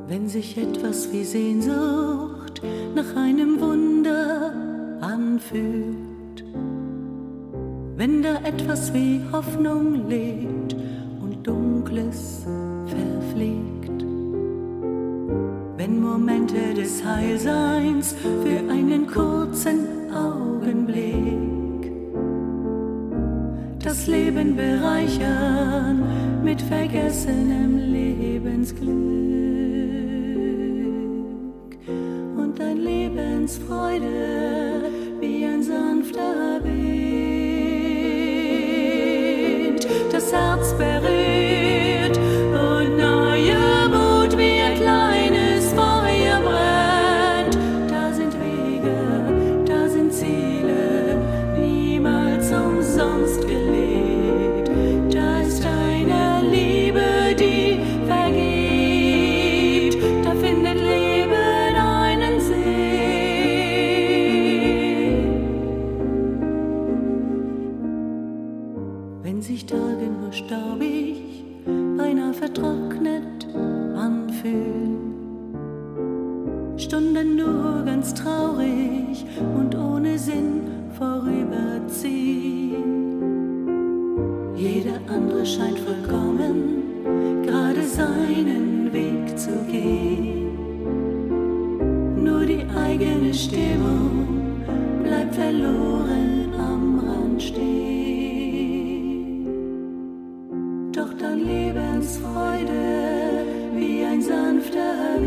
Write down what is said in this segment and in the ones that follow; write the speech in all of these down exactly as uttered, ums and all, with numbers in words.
Wenn sich etwas wie Sehnsucht nach einem Wunder anfühlt, wenn da etwas wie Hoffnung lebt und Dunkles verfliegt, wenn Momente des Heilseins für einen kurzen Augenblick das Leben bereichern mit vergessenem Lebensglück und ein Lebensfreude wie ein sanfter Wind das Herz berührt und neuer Mut wie ein kleines Feuer brennt. Da sind Wege, da sind Ziele, niemals umsonst gelebt. Da ist eine Liebe, die vergibt, da findet Leben einen Sinn. Wenn sich Tage nur staubig, beinahe vertrocknet anfühlen, Stunden nur ganz traurig und ohne Sinn vorüberziehen. Jeder andere scheint vollkommen, gerade seinen Weg zu gehen. Nur die eigene Stimmung bleibt verloren am Rand stehen. Doch dann Lebensfreude wie ein sanfter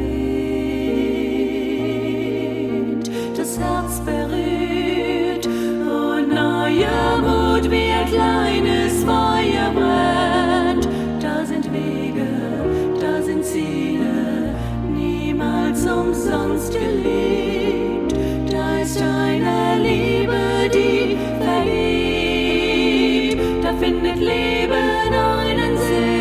Wind das Herz berührt und neuer Mut wie ein kleines Feuer brennt. Da sind Wege, da sind Ziele, niemals umsonst gelebt. Da ist eine Liebe, die vergibt, da findet Leben einen Sinn.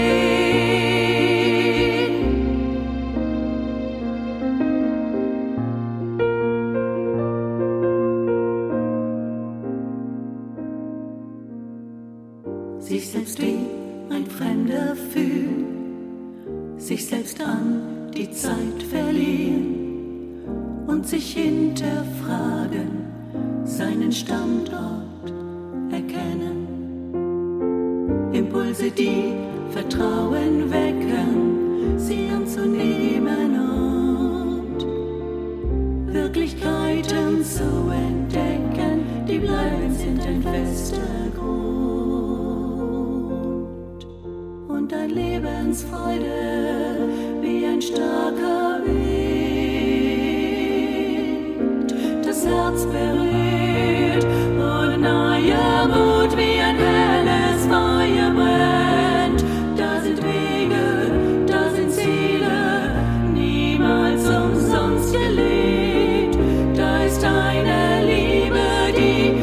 Sich selbst wie ein Fremder fühlen, sich selbst an die Zeit verlieren und sich hinterfragen, seinen Standort erkennen. Impulse, die Vertrauen wecken, sie anzunehmen und Wirklichkeiten zu entdecken, die bleiben, sind ein fester Grund und ein Lebensfreude wie ein starker Wind das Herz berührt und neuer Mut wie ein helles Feuer brennt. Da sind Wege, da sind Ziele, niemals umsonst gelebt. Da ist eine Liebe, die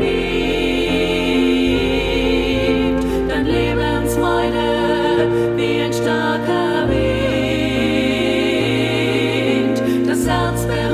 vergibt, dann Lebensfreude wie ein starker Wind das Herz berührt.